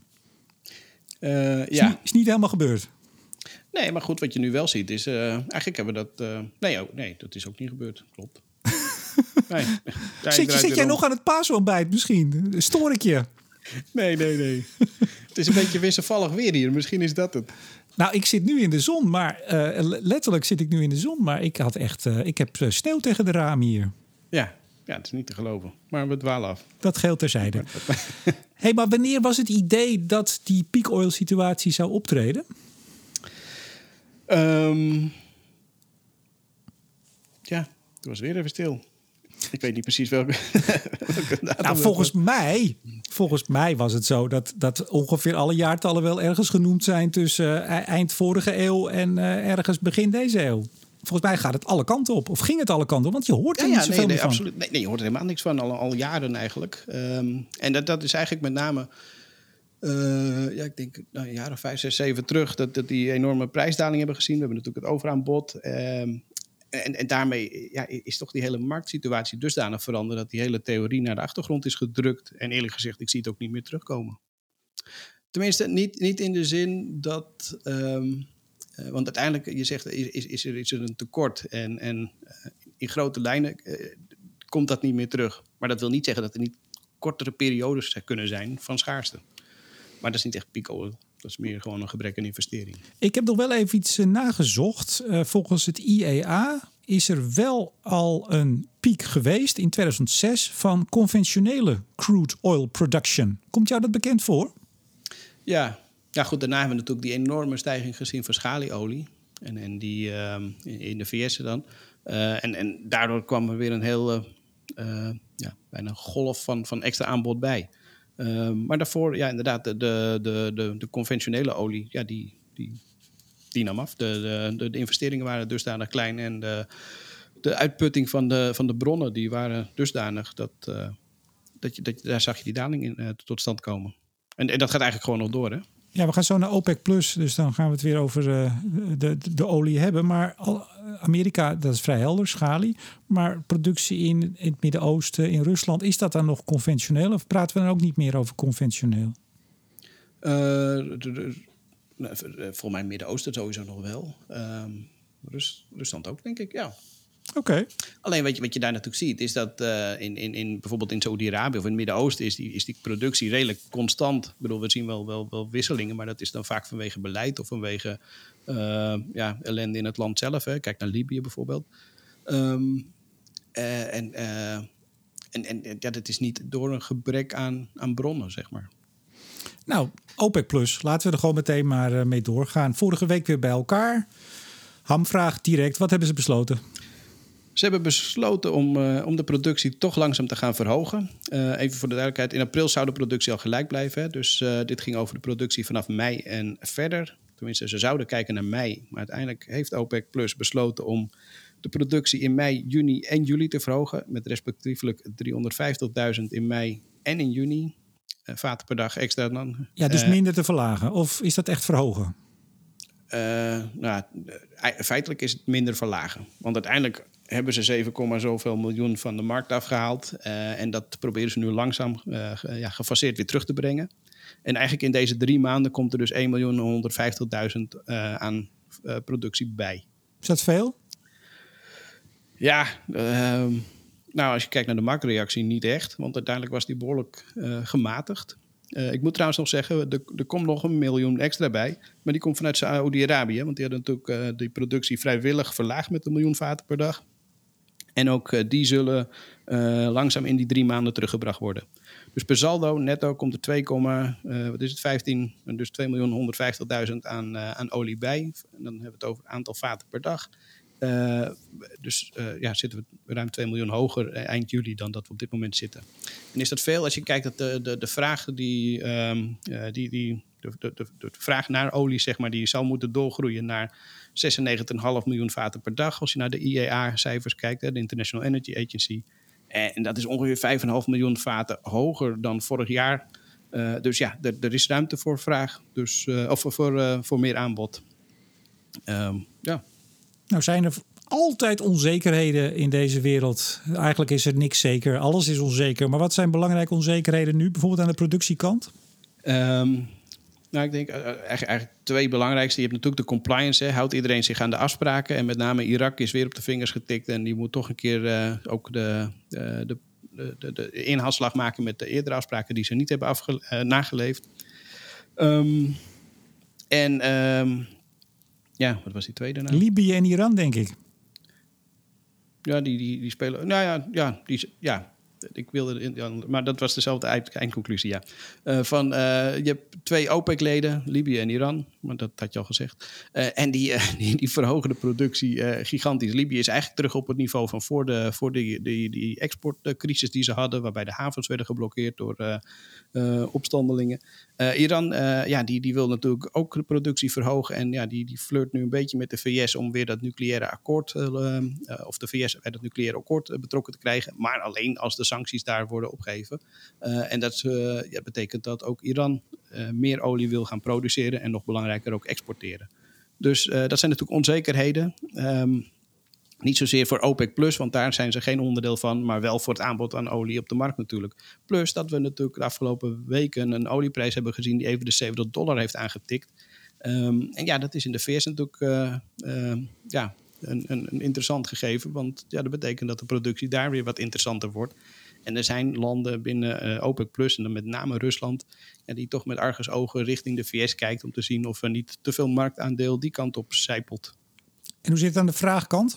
Speaker 2: Uh,
Speaker 1: is,
Speaker 2: ja.
Speaker 1: niet, is niet helemaal gebeurd.
Speaker 2: Nee, maar goed, wat je nu wel ziet is... Uh, eigenlijk hebben we dat... Uh, nee, oh, nee, dat is ook niet gebeurd. Klopt. Nee. Ja,
Speaker 1: zit je, zit jij om. nog aan het paasontbijt misschien? Stoor ik je?
Speaker 2: Nee, nee, nee. Het is een beetje wisselvallig weer hier. Misschien is dat het.
Speaker 1: Nou, ik zit nu in de zon, maar uh, letterlijk zit ik nu in de zon. Maar ik had echt, uh, ik heb sneeuw tegen de ramen hier.
Speaker 2: Ja, ja, het is niet te geloven. Maar we dwalen af.
Speaker 1: Dat geldt terzijde. Hey, maar wanneer was het idee dat die peak oil situatie zou optreden?
Speaker 2: Um, ja, het was weer even stil. Ik weet niet precies welke. welke
Speaker 1: nou, volgens mij, volgens mij was het zo dat, dat ongeveer alle jaartallen wel ergens genoemd zijn tussen uh, eind vorige eeuw en uh, ergens begin deze eeuw. Volgens mij gaat het alle kanten op. Of ging het alle kanten op? Want je hoort er
Speaker 2: ja,
Speaker 1: niet
Speaker 2: ja,
Speaker 1: zoveel
Speaker 2: nee, nee,
Speaker 1: van.
Speaker 2: Absoluut. Nee, nee, je hoort er helemaal niks van. Al, al jaren eigenlijk. Um, en dat, dat is eigenlijk met name... Uh, ja, ik denk nou, een jaar of vijf, zes, zeven terug... dat, dat die enorme prijsdaling hebben gezien. We hebben natuurlijk het overaanbod. Um, en, en daarmee ja, is toch die hele marktsituatie dusdanig veranderd... dat die hele theorie naar de achtergrond is gedrukt. En eerlijk gezegd, ik zie het ook niet meer terugkomen. Tenminste, niet, niet in de zin dat... Um, Uh, want uiteindelijk, je zegt, is, is, er, is er een tekort. En, en uh, in grote lijnen uh, komt dat niet meer terug. Maar dat wil niet zeggen dat er niet kortere periodes kunnen zijn van schaarste. Maar dat is niet echt peak oil. Dat is meer gewoon een gebrek aan investering.
Speaker 1: Ik heb nog wel even iets uh, nagezocht. Uh, volgens het I E A is er wel al een piek geweest in tweeduizend zes... van conventionele crude oil production. Komt jou dat bekend voor?
Speaker 2: Ja. Ja, goed, daarna hebben we natuurlijk die enorme stijging gezien van schalieolie. En, en die uh, in, in de V S dan. Uh, en, en daardoor kwam er weer een heel, uh, uh, ja, bijna golf van, van extra aanbod bij. Uh, maar daarvoor, ja, inderdaad, de, de, de, de, de conventionele olie, ja, die, die, die nam af. De, de, de investeringen waren dusdanig klein en de, de uitputting van de, van de bronnen, die waren dusdanig dat, uh, dat, je, dat daar zag je die daling in uh, tot stand komen. En, en dat gaat eigenlijk gewoon nog door, hè?
Speaker 1: Ja, we gaan zo naar OPEC plus, dus dan gaan we het weer over uh, de, de, de olie hebben. Maar Amerika, dat is vrij helder, schalie. Maar productie in, in het Midden-Oosten, in Rusland, is dat dan nog conventioneel? Of praten we dan ook niet meer over conventioneel?
Speaker 2: Uh, de, de, nou, volgens mij Midden-Oosten sowieso nog wel. Um, Rus, Rusland ook, denk ik, ja.
Speaker 1: Oké. Okay.
Speaker 2: Alleen wat je, wat je daar natuurlijk ziet, is dat uh, in, in, in, bijvoorbeeld in Saoedi-Arabië of in het Midden-Oosten is die, is die productie redelijk constant. Ik bedoel, we zien wel, wel, wel wisselingen, maar dat is dan vaak vanwege beleid of vanwege uh, ja, ellende in het land zelf. Hè. Kijk naar Libië bijvoorbeeld. Um, uh, en, uh, en, en ja, dat is niet door een gebrek aan, aan bronnen, zeg maar.
Speaker 1: Nou, OPEC Plus, laten we er gewoon meteen maar uh, mee doorgaan. Vorige week weer bij elkaar. Ham vraagt direct, wat hebben ze besloten?
Speaker 2: Ze hebben besloten om, uh, om de productie toch langzaam te gaan verhogen. Uh, even voor de duidelijkheid, in april zou de productie al gelijk blijven. Hè? Dus uh, dit ging over de productie vanaf mei en verder. Tenminste, ze zouden kijken naar mei. Maar uiteindelijk heeft OPEC Plus besloten om de productie in mei, juni en juli te verhogen. Met respectievelijk driehonderdvijftigduizend in mei en in juni. Uh, vaten per dag extra dan.
Speaker 1: Ja, dus
Speaker 2: uh,
Speaker 1: minder te verlagen. Of is dat echt verhogen?
Speaker 2: Uh, nou, feitelijk is het minder verlagen. Want uiteindelijk hebben ze zeven, zoveel miljoen van de markt afgehaald. Uh, en dat proberen ze nu langzaam uh, ja, gefaseerd weer terug te brengen. En eigenlijk in deze drie maanden komt er dus één miljoen honderdvijftigduizend uh, aan uh, productie bij.
Speaker 1: Is dat veel?
Speaker 2: Ja, uh, nou als je kijkt naar de marktreactie niet echt. Want uiteindelijk was die behoorlijk uh, gematigd. Uh, ik moet trouwens nog zeggen, er, er komt nog een miljoen extra bij. Maar die komt vanuit Saoedi-Arabië. Want die hadden natuurlijk uh, die productie vrijwillig verlaagd met een miljoen vaten per dag. En ook uh, die zullen uh, langzaam in die drie maanden teruggebracht worden. Dus per saldo netto komt er twee, uh, wat is het, vijftien, dus twee miljoen honderdvijftigduizend aan, uh, aan olie bij. En dan hebben we het over het aantal vaten per dag. Uh, dus uh, ja, zitten we ruim twee miljoen hoger eind juli dan dat we op dit moment zitten. En is dat veel? Als je kijkt dat de, de, de vraag die, um, uh, die, die de, de, de, de vraag naar olie, zeg maar, die zou moeten doorgroeien naar zesennegentig komma vijf miljoen vaten per dag. Als je naar de I E A-cijfers kijkt, hè, de International Energy Agency. En, en dat is ongeveer vijf komma vijf miljoen vaten hoger dan vorig jaar. Uh, dus ja, er, er is ruimte voor vraag. Dus, uh, of voor, uh, voor meer aanbod. Um, ja.
Speaker 1: Nou zijn er altijd onzekerheden in deze wereld. Eigenlijk is er niks zeker. Alles is onzeker. Maar wat zijn belangrijke onzekerheden nu? Bijvoorbeeld aan de productiekant?
Speaker 2: Um, nou, ik denk uh, eigenlijk, eigenlijk twee belangrijkste. Je hebt natuurlijk de compliance. Hè. Houdt iedereen zich aan de afspraken? En met name Irak is weer op de vingers getikt. En die moet toch een keer uh, ook de, uh, de, de, de, de inhaalslag maken met de eerdere afspraken die ze niet hebben afge- uh, nageleefd. Um, en... Um, Ja, wat was die tweede nou?
Speaker 1: Libië en Iran, denk ik.
Speaker 2: Ja, die, die, die spelen... Nou ja, ja, die, ja ik wilde... Ja, maar dat was dezelfde eindconclusie, ja. Uh, van, uh, je hebt twee OPEC-leden, Libië en Iran. Maar dat had je al gezegd. Uh, en die, uh, die, die verhogen de productie uh, gigantisch. Libië is eigenlijk terug op het niveau van voor de, voor die, die, die exportcrisis die ze hadden. Waarbij de havens werden geblokkeerd door uh, uh, opstandelingen. Uh, Iran, uh, ja, die, die wil natuurlijk ook de productie verhogen. En ja, die, die flirt nu een beetje met de V S om weer dat nucleaire akkoord... Uh, uh, of de V S bij dat nucleaire akkoord uh, betrokken te krijgen. Maar alleen als de sancties daar worden opgeheven. Uh, en dat uh, ja, betekent dat ook Iran uh, meer olie wil gaan produceren en nog belangrijker ook exporteren. Dus uh, dat zijn natuurlijk onzekerheden. Um, niet zozeer voor OPEC Plus, want daar zijn ze geen onderdeel van, maar wel voor het aanbod aan olie op de markt natuurlijk. Plus dat we natuurlijk de afgelopen weken een olieprijs hebben gezien die even de zeventig dollar heeft aangetikt. Um, en ja, dat is in de V S natuurlijk uh, uh, ja, een, een, een interessant gegeven, want ja, dat betekent dat de productie daar weer wat interessanter wordt. En er zijn landen binnen uh, OPEC Plus, en dan met name Rusland, ja, die toch met argusogen richting de V S kijkt om te zien of er niet te veel marktaandeel die kant op zijpelt.
Speaker 1: En hoe zit het aan de vraagkant?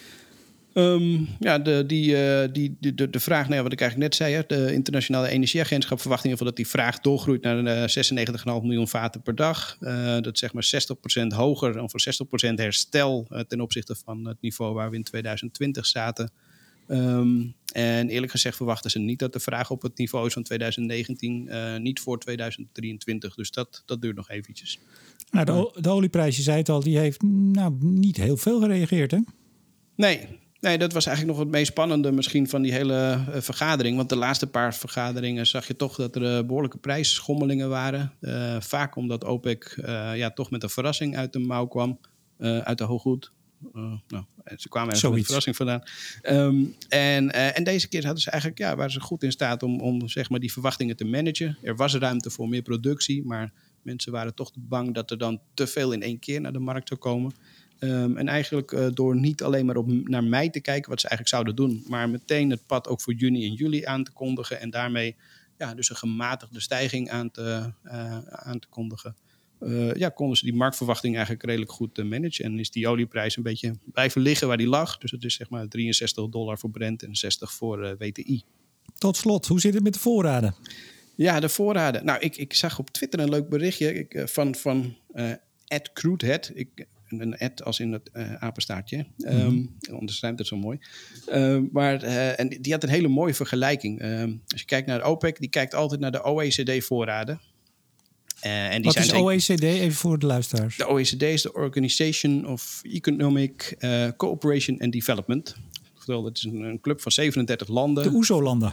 Speaker 2: Um, ja, de, die, uh, die, de, de vraag, nou ja, wat ik eigenlijk net zei, hè, de Internationale Energieagentschap verwacht in ieder geval dat die vraag doorgroeit naar uh, zesennegentig komma vijf miljoen vaten per dag. Uh, dat is zeg maar zestig procent hoger, of zestig procent herstel uh, ten opzichte van het niveau waar we in tweeduizend twintig zaten. Um, en eerlijk gezegd verwachten ze niet dat de vraag op het niveau is van tweeduizend negentien, uh, niet voor tweeduizend drieëntwintig. Dus dat, dat duurt nog eventjes.
Speaker 1: Nou, de, de olieprijs, je zei het al, die heeft nou niet heel veel gereageerd, hè?
Speaker 2: Nee, nee, dat was eigenlijk nog het meest spannende misschien van die hele uh, vergadering. Want de laatste paar vergaderingen zag je toch dat er uh, behoorlijke prijsschommelingen waren. Uh, vaak omdat OPEC uh, ja, toch met een verrassing uit de mouw kwam, uh, uit de hooghoed. Uh, nou, ze kwamen ergens met een verrassing vandaan. Um, en, uh, en deze keer hadden ze eigenlijk, ja, waren ze goed in staat om, om zeg maar die verwachtingen te managen. Er was ruimte voor meer productie, maar mensen waren toch bang dat er dan te veel in één keer naar de markt zou komen. Um, en eigenlijk uh, door niet alleen maar op, naar mei te kijken wat ze eigenlijk zouden doen, maar meteen het pad ook voor juni en juli aan te kondigen en daarmee ja, dus een gematigde stijging aan te, uh, aan te kondigen. Uh, ja, konden ze die marktverwachting eigenlijk redelijk goed uh, managen. En is die olieprijs een beetje blijven liggen waar die lag. Dus het is zeg maar drieënzestig dollar voor Brent en zestig voor uh, W T I.
Speaker 1: Tot slot, hoe zit het met de voorraden?
Speaker 2: Ja, de voorraden. Nou, ik, ik zag op Twitter een leuk berichtje ik, uh, van, van uh, at Crudehead. Ik, een ad als in het uh, apenstaartje. Um, mm-hmm. Anders rijmt het zo mooi. Uh, maar uh, en die had een hele mooie vergelijking. Uh, als je kijkt naar de OPEC, die kijkt altijd naar de O E C D-voorraden. Uh, en die
Speaker 1: Wat
Speaker 2: zijn
Speaker 1: is O E C D? Even voor de luisteraars.
Speaker 2: De O E C D is de Organization of Economic uh, Cooperation and Development. Oftewel, dat is een, een club van zevenendertig landen.
Speaker 1: De O E S O-landen.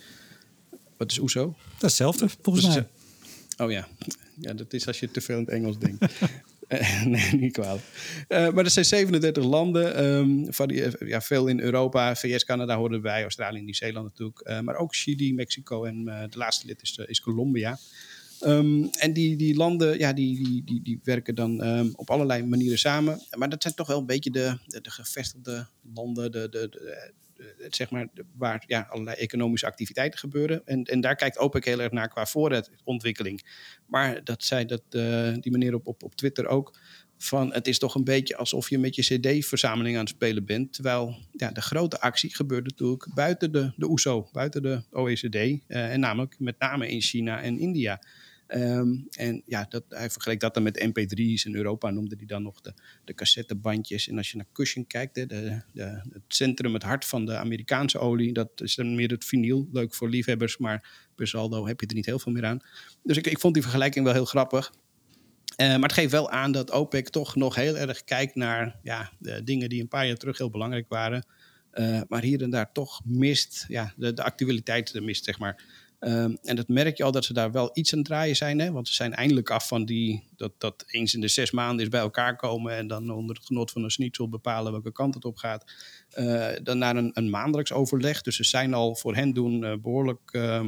Speaker 2: Wat is O E S O?
Speaker 1: Dat is hetzelfde, volgens
Speaker 2: dus
Speaker 1: mij.
Speaker 2: Is, oh ja. Ja, dat is als je te veel in het Engels denkt. uh, nee, niet kwalijk. Uh, maar dat zijn zevenendertig landen. Um, van die, uh, ja, veel in Europa, V S, Canada horen erbij. Australië en Nieuw-Zeeland natuurlijk. Uh, maar ook Chili, Mexico en uh, de laatste lid is, uh, is Colombia. Um, en die, die landen, ja, die, die, die, die werken dan um, op allerlei manieren samen. Maar dat zijn toch wel een beetje de, de, de gevestigde landen, de, de, de, de, zeg maar, de, waar ja, allerlei economische activiteiten gebeuren. En, en daar kijkt OPEC heel erg naar qua voorradontwikkeling. Maar dat zei dat, uh, die meneer op, op, op Twitter ook. Van, het is toch een beetje alsof je met je cd-verzameling aan het spelen bent. Terwijl ja, de grote actie gebeurt natuurlijk buiten de, de O E S O, buiten de O E C D. Uh, en namelijk met name in China en India. Um, en ja, dat, hij vergeleek dat dan met M P drie's. In Europa noemde hij dan nog de, de cassettebandjes. En als je naar Cushing kijkt, de, de, de, het centrum, het hart van de Amerikaanse olie, dat is dan meer het vinyl. Leuk voor liefhebbers, maar per saldo heb je er niet heel veel meer aan. Dus ik, ik vond die vergelijking wel heel grappig. Uh, maar het geeft wel aan dat OPEC toch nog heel erg kijkt naar ja, de dingen die een paar jaar terug heel belangrijk waren. Uh, maar hier en daar toch mist, ja, de, de actualiteit mist, zeg maar. Um, en dat merk je al dat ze daar wel iets aan het draaien zijn. Hè? Want ze zijn eindelijk af van die, dat, dat eens in de zes maanden is bij elkaar komen en dan onder het genot van een schnitzel bepalen welke kant het op gaat. Uh, dan naar een, een maandelijks overleg. Dus ze zijn al voor hen doen uh, behoorlijk... Uh,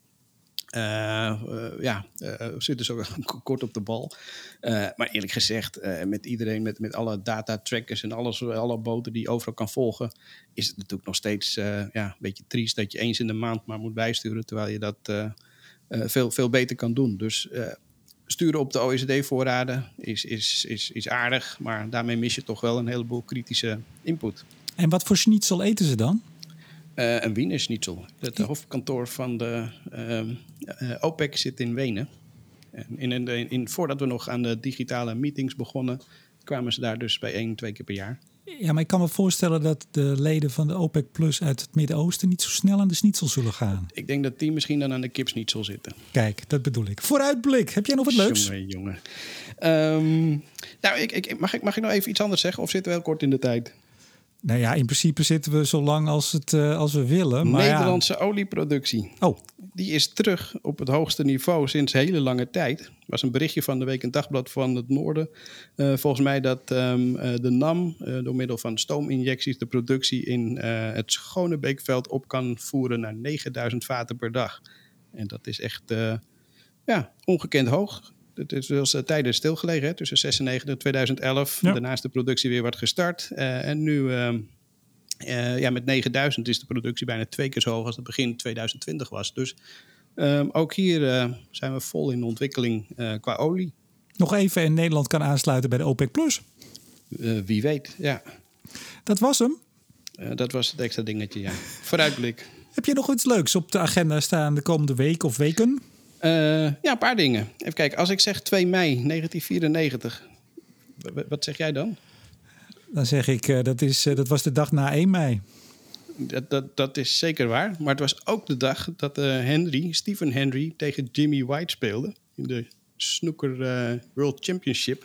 Speaker 2: Uh, uh, ja, uh, zitten zo kort op de bal. Uh, maar eerlijk gezegd, uh, met iedereen, met, met alle data-trackers en alles, alle boten die je overal kan volgen, is het natuurlijk nog steeds uh, ja, een beetje triest dat je eens in de maand maar moet bijsturen, terwijl je dat uh, uh, veel, veel beter kan doen. Dus uh, sturen op de O E C D-voorraden is, is, is, is aardig, maar daarmee mis je toch wel een heleboel kritische input.
Speaker 1: En wat voor schnitzel eten ze dan?
Speaker 2: Uh, een Wiener Schnitzel. Het hoofdkantoor van de uh, uh, OPEC zit in Wenen. En in, in, in, in, voordat we nog aan de digitale meetings begonnen, kwamen ze daar dus bij één, twee keer per jaar.
Speaker 1: Ja, maar ik kan me voorstellen dat de leden van de OPEC Plus uit het Midden-Oosten niet zo snel aan de schnitzel zullen gaan.
Speaker 2: Ik denk dat die misschien dan aan de kipschnitzel zitten.
Speaker 1: Kijk, dat bedoel ik. Vooruitblik. Heb jij nog wat leuks?
Speaker 2: Jongen, jongen. Um, nou, ik, ik, mag, ik, mag ik nog even iets anders zeggen of zitten we heel kort in de tijd?
Speaker 1: Nou ja, in principe zitten we zo lang als, het, uh, als we willen. Maar
Speaker 2: Nederlandse
Speaker 1: ja.
Speaker 2: olieproductie.
Speaker 1: Oh.
Speaker 2: Die is terug op het hoogste niveau sinds hele lange tijd. Er was een berichtje van de Week en Dagblad van het Noorden. Uh, volgens mij dat um, uh, de NAM uh, door middel van stoominjecties de productie in uh, het Schonebeekveld op kan voeren naar negenduizend vaten per dag. En dat is echt uh, ja, ongekend hoog. Het is wel uh, tijden stilgelegen, hè, tussen zesennegentig en tweeduizend elf. Ja. Daarna is de productie weer wat gestart. Uh, en nu, uh, uh, ja, met negenduizend is de productie bijna twee keer zo hoog als het begin tweeduizend twintig was. Dus uh, ook hier uh, zijn we vol in ontwikkeling uh, qua olie.
Speaker 1: Nog even en Nederland kan aansluiten bij de OPEC Plus.
Speaker 2: Uh, wie weet, ja.
Speaker 1: Dat was hem?
Speaker 2: Uh, dat was het extra dingetje, ja. Vooruitblik.
Speaker 1: Heb je nog iets leuks op de agenda staan de komende week of weken?
Speaker 2: Uh, ja, een paar dingen. Even kijken, als ik zeg twee mei negentien vierennegentig, w- wat zeg jij dan?
Speaker 1: Dan zeg ik, uh, dat, is, uh, dat was de dag na één mei.
Speaker 2: Dat, dat, dat is zeker waar. Maar het was ook de dag dat uh, Henry, Stephen Henry tegen Jimmy White speelde. In de Snooker uh, World Championship.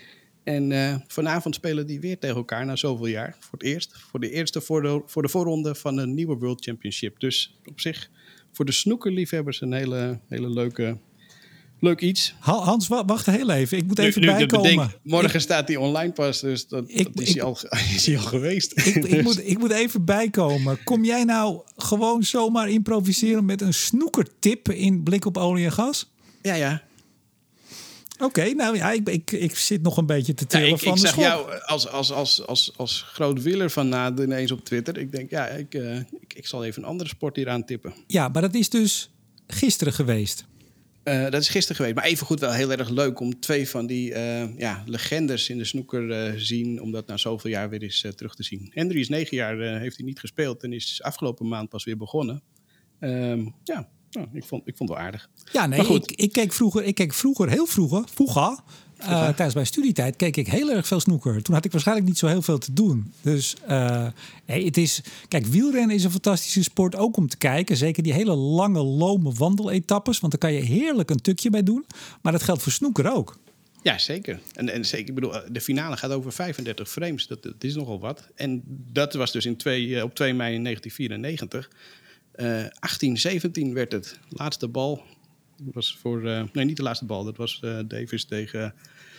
Speaker 2: En uh, vanavond spelen die weer tegen elkaar na zoveel jaar. Voor het eerst. Voor de eerste voor de, voor de voorronde van een nieuwe World Championship. Dus op zich voor de snookerliefhebbers een hele, hele leuke, leuk iets.
Speaker 1: Hans, wacht heel even. Ik moet
Speaker 2: nu,
Speaker 1: even
Speaker 2: nu
Speaker 1: bijkomen.
Speaker 2: Bedenk, morgen ik, staat die online pas, dus dat,
Speaker 1: ik,
Speaker 2: dat is,
Speaker 1: ik,
Speaker 2: hij al, is hij al geweest.
Speaker 1: Ik, ik, moet, ik moet even bijkomen. Kom jij nou gewoon zomaar improviseren met een snoekertip in Blik op Olie en Gas?
Speaker 2: Ja, ja.
Speaker 1: Oké, okay, nou ja, ik, ik, ik zit nog een beetje te trillen
Speaker 2: ja, ik,
Speaker 1: van
Speaker 2: ik
Speaker 1: de
Speaker 2: zag
Speaker 1: schok.
Speaker 2: jou als, als, als, als, als groot wieler van Nade ineens op Twitter. Ik denk, ja, ik, uh, ik, ik zal even een andere sport hier aan tippen.
Speaker 1: Ja, maar dat is dus gisteren geweest.
Speaker 2: Uh, dat is gisteren geweest. Maar evengoed wel heel erg leuk om twee van die uh, ja, legendes in de snooker te uh, zien. Om dat na zoveel jaar weer eens uh, terug te zien. Henry is negen jaar, uh, heeft hij niet gespeeld. En is afgelopen maand pas weer begonnen. Um, ja, nou, ik, vond, ik vond het wel aardig.
Speaker 1: Ja, nee, ik, ik keek vroeger, ik keek vroeger heel vroeger, vroeger, uh, tijdens mijn studietijd, keek ik heel erg veel snooker. Toen had ik waarschijnlijk niet zo heel veel te doen. Dus uh, hey, het is, kijk, wielrennen is een fantastische sport ook om te kijken. Zeker die hele lange, lome wandeletappes, want daar kan je heerlijk een tukje bij doen. Maar dat geldt voor snooker ook.
Speaker 2: Ja, zeker. En, en zeker, ik bedoel, de finale gaat over vijfendertig frames. Dat, dat is nogal wat. En dat was dus in twee, op twee mei negentien vierennegentig. Uh, achttien zeventien werd het. Laatste bal. Dat was voor. Uh, nee, niet de laatste bal. Dat was uh, Davis tegen.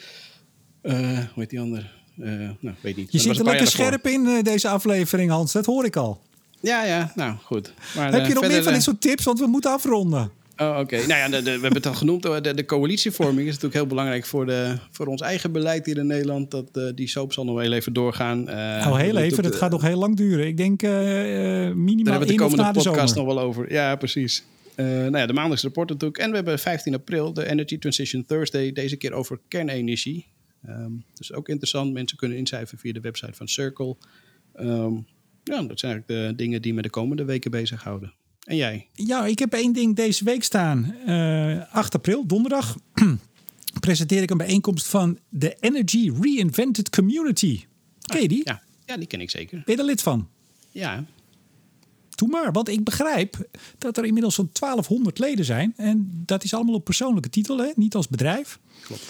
Speaker 2: Uh, hoe heet die ander? Uh, nou, weet niet.
Speaker 1: Je zit er lekker scherp in uh, deze aflevering, Hans. Dat hoor ik al.
Speaker 2: Ja, ja. Nou, goed. Maar,
Speaker 1: Heb
Speaker 2: uh,
Speaker 1: je nog
Speaker 2: verder,
Speaker 1: meer van dit
Speaker 2: uh,
Speaker 1: soort tips? Want we moeten afronden.
Speaker 2: Oh, oké. Okay. Nou ja, de, de, we hebben het al genoemd. De, de coalitievorming is natuurlijk heel belangrijk voor, de, voor ons eigen beleid hier in Nederland. Dat, uh, die soap zal nog wel heel even doorgaan. Uh,
Speaker 1: nou, heel even. Dat gaat nog heel lang duren. Ik denk uh, minimaal
Speaker 2: daar hebben we de komende
Speaker 1: de
Speaker 2: podcast
Speaker 1: zomer.
Speaker 2: nog wel over. Ja, precies. Uh, nou ja, de maandelijkse rapport natuurlijk. En we hebben vijftien april de Energy Transition Thursday. Deze keer over kernenergie. Um, dus ook interessant. Mensen kunnen incijferen via de website van Circle. Um, ja, dat zijn eigenlijk de dingen die me de komende weken bezighouden. En jij?
Speaker 1: Ja, ik heb één ding deze week staan. Uh, acht april, donderdag, presenteer ik een bijeenkomst van de Energy Reinvented Community. Ken je die?
Speaker 2: Ja, ja, die ken ik zeker.
Speaker 1: Ben je er lid van?
Speaker 2: Ja.
Speaker 1: Doe maar, want ik begrijp dat er inmiddels zo'n twaalfhonderd leden zijn. En dat is allemaal op persoonlijke titel, hè? Niet als bedrijf.
Speaker 2: Klopt.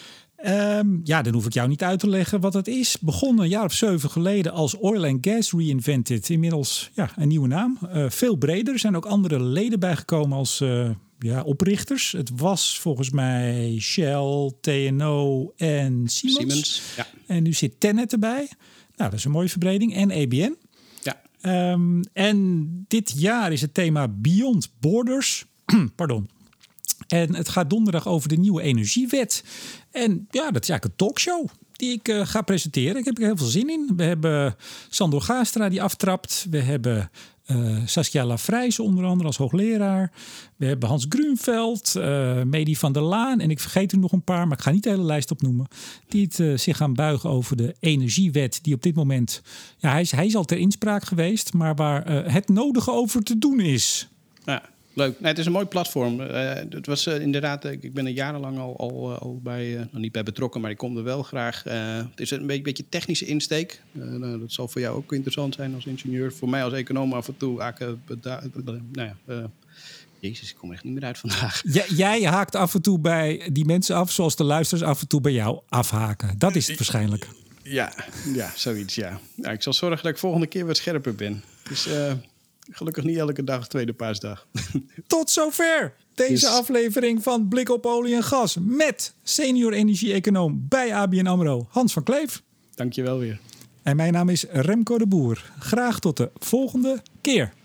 Speaker 1: Um, ja, dan hoef ik jou niet uit te leggen wat het is. Begonnen een jaar of zeven geleden als Oil and Gas Reinvented. Inmiddels ja, een nieuwe naam. Uh, veel breder. Er zijn ook andere leden bijgekomen als uh, ja, oprichters. Het was volgens mij Shell, T N O en Siemens.
Speaker 2: Siemens, ja.
Speaker 1: En nu zit Tennet erbij. Nou, dat is een mooie verbreding. En A B N.
Speaker 2: Ja.
Speaker 1: Um, en dit jaar is het thema Beyond Borders. Pardon. En het gaat donderdag over de nieuwe energiewet. En ja, dat is eigenlijk een talkshow die ik uh, ga presenteren. Ik heb er heel veel zin in. We hebben Sandor Gaastra die aftrapt. We hebben uh, Saskia Lafrijs onder andere als hoogleraar. We hebben Hans Grunveld, uh, Medi van der Laan. En ik vergeet er nog een paar, maar ik ga niet de hele lijst opnoemen. Die het, uh, zich gaan buigen over de energiewet die op dit moment... Ja, hij is, hij is al ter inspraak geweest, maar waar uh, het nodige over te doen is.
Speaker 2: Ja. Leuk. Nee, het is een mooi platform. Uh, het was uh, inderdaad, uh, ik ben er jarenlang al, al, uh, al bij, uh, nog niet bij betrokken, maar ik kom er wel graag. Uh, het is een beetje, beetje technische insteek. Uh, nou, dat zal voor jou ook interessant zijn als ingenieur. Voor mij als econoom af en toe. Uh, beda- uh, nou ja, uh, Jezus, ik kom er echt niet meer uit vandaag.
Speaker 1: J- jij haakt af en toe bij die mensen af, zoals de luisteraars af en toe bij jou afhaken. Dat is het waarschijnlijk.
Speaker 2: Ja, ja zoiets, ja. Nou, ik zal zorgen dat ik volgende keer wat scherper ben. Dus... Uh, Gelukkig niet elke dag tweede paasdag.
Speaker 1: Tot zover deze yes. aflevering van Blik op Olie en Gas met senior energie-econoom bij A B N AMRO, Hans van Kleef.
Speaker 2: Dank je wel weer.
Speaker 1: En mijn naam is Remco de Boer. Graag tot de volgende keer.